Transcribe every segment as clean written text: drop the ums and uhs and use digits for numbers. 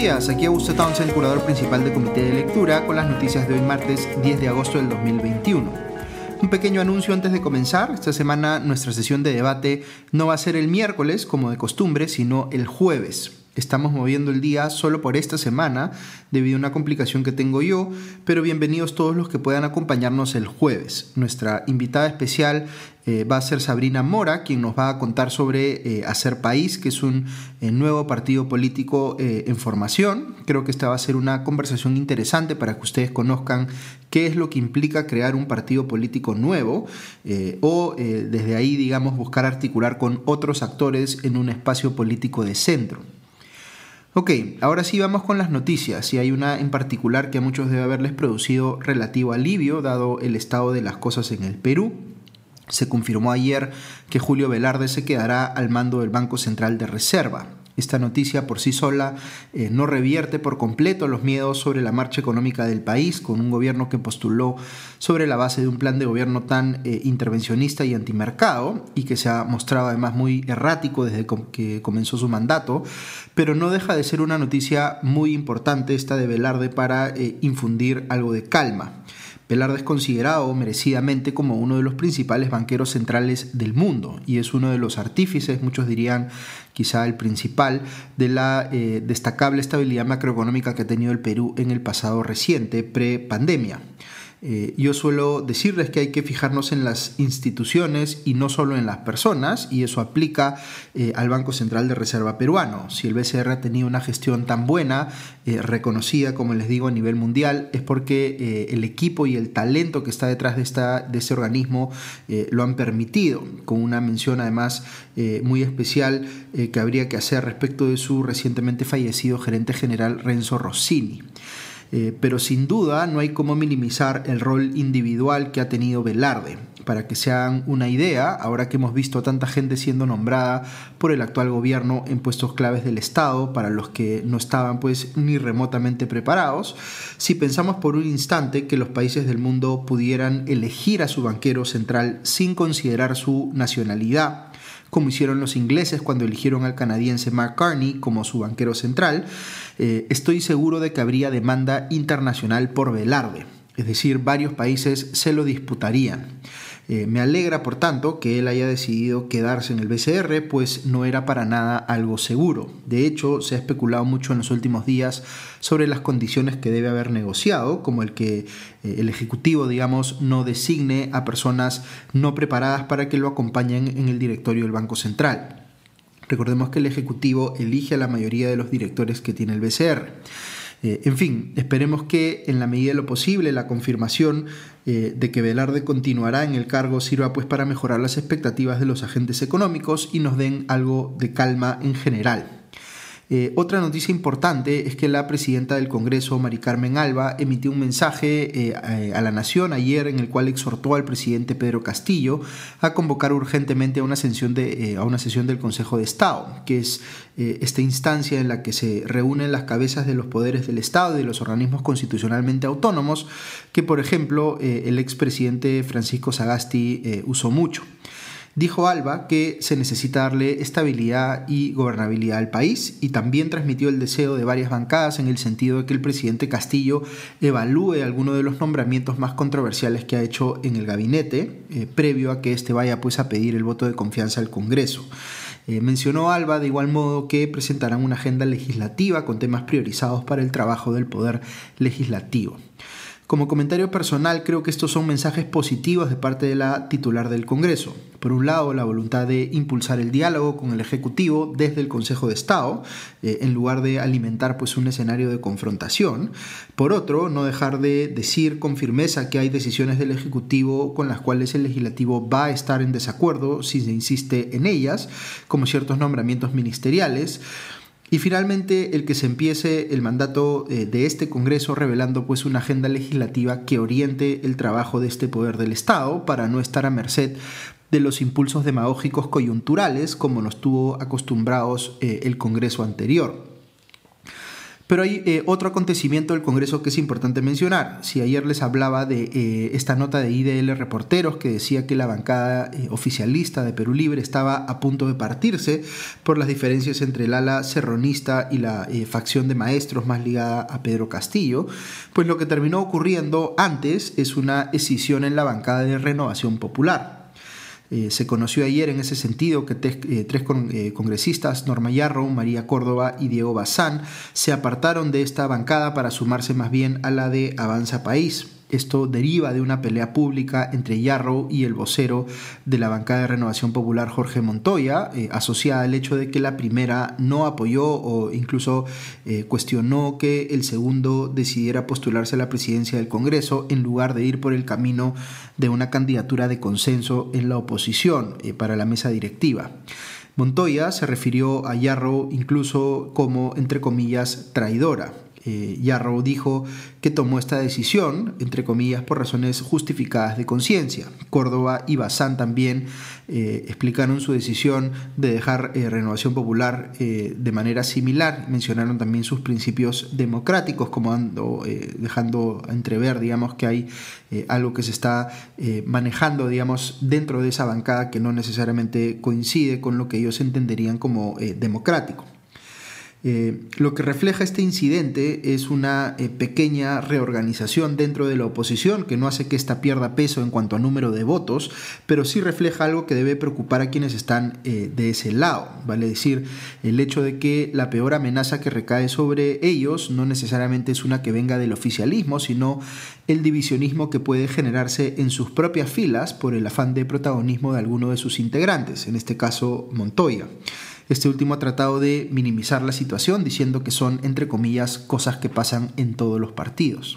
días, aquí Augusto Townsend, curador principal del Comité de Lectura, con las noticias de hoy martes 10 de agosto del 2021. Un pequeño anuncio antes de comenzar. Esta semana nuestra sesión de debate no va a ser el miércoles, como de costumbre, sino el jueves. Estamos moviendo el día solo por esta semana debido a una complicación que tengo yo, pero bienvenidos todos los que puedan acompañarnos el jueves. Nuestra invitada especial va a ser Sabrina Mora, quien nos va a contar sobre Hacer País, que es un nuevo partido político en formación. Creo que esta va a ser una conversación interesante para que ustedes conozcan qué es lo que implica crear un partido político nuevo o desde ahí, digamos, buscar articular con otros actores en un espacio político de centro. Ok, ahora sí vamos con las noticias, y hay una en particular que a muchos debe haberles producido relativo alivio dado el estado de las cosas en el Perú. Se confirmó ayer que Julio Velarde se quedará al mando del Banco Central de Reserva. Esta noticia por sí sola no revierte por completo los miedos sobre la marcha económica del país, con un gobierno que postuló sobre la base de un plan de gobierno tan intervencionista y antimercado, y que se ha mostrado además muy errático desde que comenzó su mandato, pero no deja de ser una noticia muy importante esta de Velarde para infundir algo de calma. Velarde es considerado merecidamente como uno de los principales banqueros centrales del mundo y es uno de los artífices, muchos dirían quizá el principal, de la destacable estabilidad macroeconómica que ha tenido el Perú en el pasado reciente, pre-pandemia. Yo suelo decirles que hay que fijarnos en las instituciones y no solo en las personas, y eso aplica al Banco Central de Reserva peruano. Si el BCR ha tenido una gestión tan buena, reconocida, como les digo, a nivel mundial, es porque el equipo y el talento que está detrás de este organismo lo han permitido, con una mención además muy especial que habría que hacer respecto de su recientemente fallecido gerente general Renzo Rossini. Pero sin duda no hay cómo minimizar el rol individual que ha tenido Velarde. Para que se hagan una idea, ahora que hemos visto a tanta gente siendo nombrada por el actual gobierno en puestos claves del Estado, para los que no estaban pues ni remotamente preparados, si pensamos por un instante que los países del mundo pudieran elegir a su banquero central sin considerar su nacionalidad, como hicieron los ingleses cuando eligieron al canadiense Mark Carney como su banquero central, estoy seguro de que habría demanda internacional por Velarde. Es decir, varios países se lo disputarían. Me alegra, por tanto, que él haya decidido quedarse en el BCR, pues no era para nada algo seguro. De hecho, se ha especulado mucho en los últimos días sobre las condiciones que debe haber negociado, como el que el Ejecutivo, digamos, no designe a personas no preparadas para que lo acompañen en el directorio del Banco Central. Recordemos que el Ejecutivo elige a la mayoría de los directores que tiene el BCR. En fin, esperemos que en la medida de lo posible la confirmación de que Velarde continuará en el cargo sirva pues para mejorar las expectativas de los agentes económicos y nos den algo de calma en general. Otra noticia importante es que la presidenta del Congreso, Mari Carmen Alba, emitió un mensaje a la Nación ayer en el cual exhortó al presidente Pedro Castillo a convocar urgentemente a una sesión del Consejo de Estado, que es esta instancia en la que se reúnen las cabezas de los poderes del Estado y de los organismos constitucionalmente autónomos, que por ejemplo el expresidente Francisco Sagasti usó mucho. Dijo Alba que se necesita darle estabilidad y gobernabilidad al país y también transmitió el deseo de varias bancadas en el sentido de que el presidente Castillo evalúe alguno de los nombramientos más controversiales que ha hecho en el gabinete, previo a que éste vaya pues a pedir el voto de confianza al Congreso. Mencionó Alba de igual modo que presentarán una agenda legislativa con temas priorizados para el trabajo del Poder Legislativo. Como comentario personal, creo que estos son mensajes positivos de parte de la titular del Congreso. Por un lado, la voluntad de impulsar el diálogo con el Ejecutivo desde el Consejo de Estado, en lugar de alimentar pues, un escenario de confrontación. Por otro, no dejar de decir con firmeza que hay decisiones del Ejecutivo con las cuales el Legislativo va a estar en desacuerdo si se insiste en ellas, como ciertos nombramientos ministeriales. Y finalmente, el que se empiece el mandato de este Congreso revelando pues una agenda legislativa que oriente el trabajo de este poder del Estado para no estar a merced de los impulsos demagógicos coyunturales como nos tuvo acostumbrados el Congreso anterior. Pero hay otro acontecimiento del Congreso que es importante mencionar. Si ayer les hablaba de esta nota de IDL Reporteros que decía que la bancada oficialista de Perú Libre estaba a punto de partirse por las diferencias entre el ala serronista y la facción de maestros más ligada a Pedro Castillo, pues lo que terminó ocurriendo antes es una escisión en la bancada de Renovación Popular. Se conoció ayer en ese sentido que tres congresistas, Norma Yarrow, María Córdoba y Diego Bazán, se apartaron de esta bancada para sumarse más bien a la de Avanza País. Esto deriva de una pelea pública entre Yarrow y el vocero de la bancada de Renovación Popular, Jorge Montoya, asociada al hecho de que la primera no apoyó o incluso cuestionó que el segundo decidiera postularse a la presidencia del Congreso en lugar de ir por el camino de una candidatura de consenso en la oposición para la mesa directiva. Montoya se refirió a Yarrow incluso como, entre comillas, traidora. Yarrow dijo que tomó esta decisión, entre comillas, por razones justificadas de conciencia. Córdoba y Bazán también explicaron su decisión de dejar Renovación Popular de manera similar. Mencionaron también sus principios democráticos, como dejando entrever, digamos, que hay algo que se está manejando, digamos, dentro de esa bancada que no necesariamente coincide con lo que ellos entenderían como democrático. Lo que refleja este incidente es una pequeña reorganización dentro de la oposición que no hace que ésta pierda peso en cuanto a número de votos, pero sí refleja algo que debe preocupar a quienes están de ese lado, vale decir, el hecho de que la peor amenaza que recae sobre ellos no necesariamente es una que venga del oficialismo, sino el divisionismo que puede generarse en sus propias filas por el afán de protagonismo de alguno de sus integrantes, en este caso Montoya. Este último ha tratado de minimizar la situación diciendo que son, entre comillas, cosas que pasan en todos los partidos.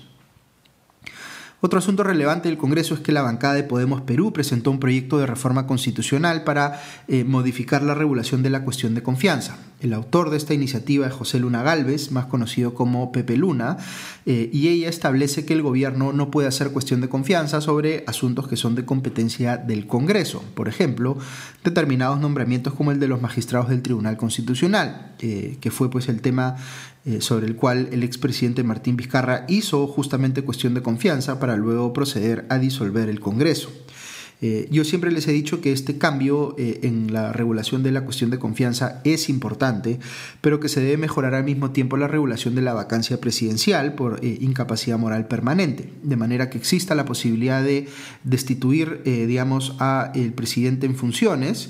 Otro asunto relevante del Congreso es que la bancada de Podemos Perú presentó un proyecto de reforma constitucional para modificar la regulación de la cuestión de confianza. El autor de esta iniciativa es José Luna Gálvez, más conocido como Pepe Luna, y ella establece que el gobierno no puede hacer cuestión de confianza sobre asuntos que son de competencia del Congreso. Por ejemplo, determinados nombramientos como el de los magistrados del Tribunal Constitucional, que fue pues el tema sobre el cual el expresidente Martín Vizcarra hizo justamente cuestión de confianza para luego proceder a disolver el Congreso. Yo siempre les he dicho que este cambio en la regulación de la cuestión de confianza es importante, pero que se debe mejorar al mismo tiempo la regulación de la vacancia presidencial por incapacidad moral permanente, de manera que exista la posibilidad de destituir, a el presidente en funciones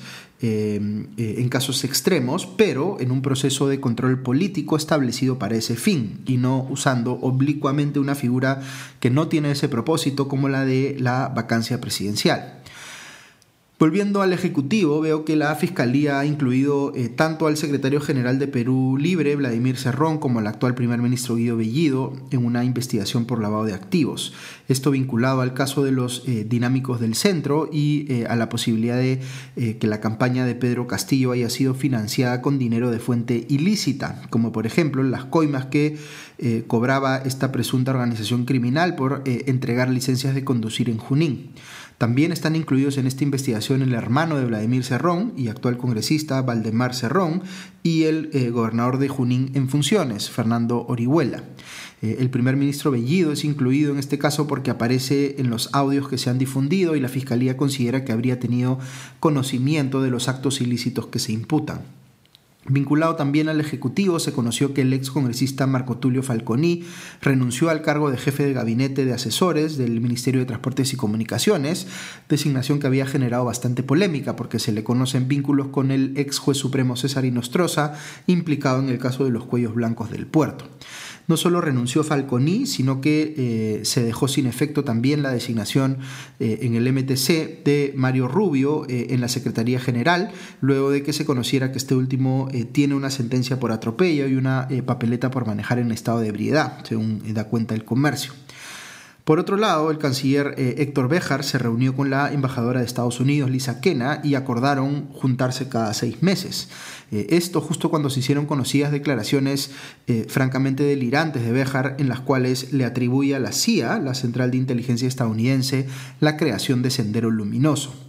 en casos extremos, pero en un proceso de control político establecido para ese fin y no usando oblicuamente una figura que no tiene ese propósito como la de la vacancia presidencial. Volviendo al Ejecutivo, veo que la Fiscalía ha incluido tanto al secretario general de Perú Libre, Vladimir Cerrón, como al actual primer ministro Guido Bellido en una investigación por lavado de activos. Esto vinculado al caso de los dinámicos del centro y a la posibilidad de que la campaña de Pedro Castillo haya sido financiada con dinero de fuente ilícita, como por ejemplo las coimas que cobraba esta presunta organización criminal por entregar licencias de conducir en Junín. También están incluidos en esta investigación el hermano de Vladimir Cerrón y actual congresista Valdemar Cerrón y el gobernador de Junín en funciones, Fernando Orihuela. El primer ministro Bellido es incluido en este caso porque aparece en los audios que se han difundido y la Fiscalía considera que habría tenido conocimiento de los actos ilícitos que se imputan. Vinculado también al Ejecutivo, se conoció que el excongresista Marco Tulio Falconi renunció al cargo de jefe de gabinete de asesores del Ministerio de Transportes y Comunicaciones, designación que había generado bastante polémica porque se le conocen vínculos con el ex juez supremo César Inostroza, implicado en el caso de los cuellos blancos del puerto. No solo renunció Falconi, sino que se dejó sin efecto también la designación en el MTC de Mario Rubio en la Secretaría General, luego de que se conociera que este último tiene una sentencia por atropello y una papeleta por manejar en estado de ebriedad, según da cuenta el Comercio. Por otro lado, el canciller Héctor Béjar se reunió con la embajadora de Estados Unidos, Lisa Kena, y acordaron juntarse cada 6 meses. Esto justo cuando se hicieron conocidas declaraciones francamente delirantes de Béjar, en las cuales le atribuye a la CIA, la Central de Inteligencia estadounidense, la creación de Sendero Luminoso.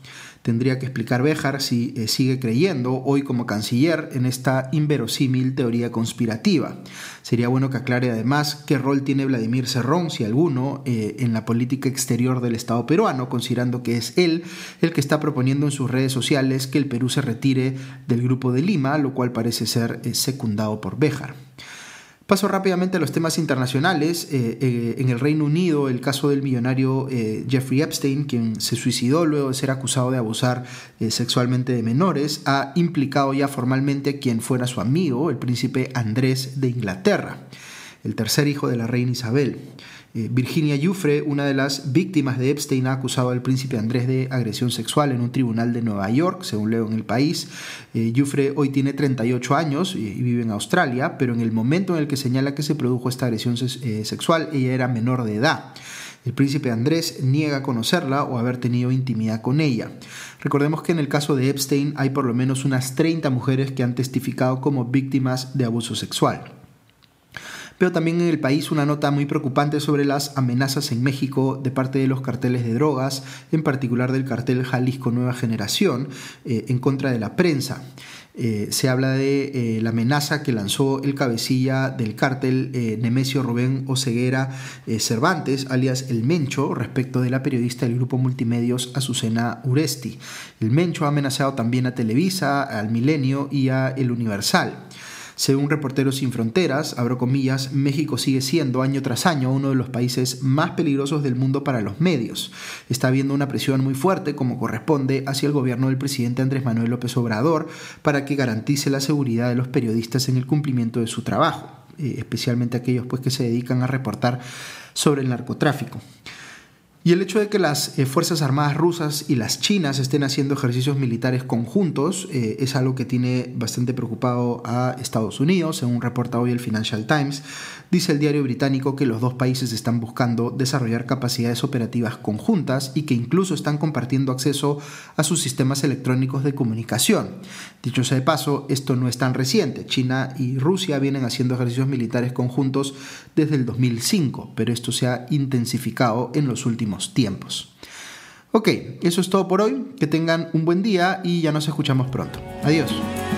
Tendría que explicar Béjar si sigue creyendo hoy como canciller en esta inverosímil teoría conspirativa. Sería bueno que aclare además qué rol tiene Vladimir Cerrón, si alguno, en la política exterior del Estado peruano, considerando que es él el que está proponiendo en sus redes sociales que el Perú se retire del Grupo de Lima, lo cual parece ser secundado por Béjar. Paso rápidamente a los temas internacionales. En el Reino Unido, el caso del millonario Jeffrey Epstein, quien se suicidó luego de ser acusado de abusar sexualmente de menores, ha implicado ya formalmente a quien fuera su amigo, el príncipe Andrés de Inglaterra, el tercer hijo de la reina Isabel. Virginia Giuffre, una de las víctimas de Epstein, ha acusado al príncipe Andrés de agresión sexual en un tribunal de Nueva York, según leo en El País. Giuffre hoy tiene 38 años y vive en Australia, pero en el momento en el que señala que se produjo esta agresión sexual, ella era menor de edad. El príncipe Andrés niega conocerla o haber tenido intimidad con ella. Recordemos que en el caso de Epstein hay por lo menos unas 30 mujeres que han testificado como víctimas de abuso sexual. Veo también en El País una nota muy preocupante sobre las amenazas en México de parte de los carteles de drogas, en particular del cartel Jalisco Nueva Generación, en contra de la prensa. Se habla de la amenaza que lanzó el cabecilla del cártel, Nemesio Rubén Oseguera Cervantes, alias El Mencho, respecto de la periodista del grupo Multimedios Azucena Uresti. El Mencho ha amenazado también a Televisa, al Milenio y a El Universal. Según Reporteros Sin Fronteras, abro comillas, México sigue siendo año tras año uno de los países más peligrosos del mundo para los medios. Está habiendo una presión muy fuerte, como corresponde, hacia el gobierno del presidente Andrés Manuel López Obrador para que garantice la seguridad de los periodistas en el cumplimiento de su trabajo, especialmente aquellos que se dedican a reportar sobre el narcotráfico. Y el hecho de que las Fuerzas Armadas rusas y las chinas estén haciendo ejercicios militares conjuntos es algo que tiene bastante preocupado a Estados Unidos. Según reporta hoy el Financial Times, dice el diario británico que los dos países están buscando desarrollar capacidades operativas conjuntas y que incluso están compartiendo acceso a sus sistemas electrónicos de comunicación. Dicho sea de paso, esto no es tan reciente. China y Rusia vienen haciendo ejercicios militares conjuntos desde el 2005, pero esto se ha intensificado en los últimos tiempos. Ok, eso es todo por hoy. Que tengan un buen día y ya nos escuchamos pronto. Adiós.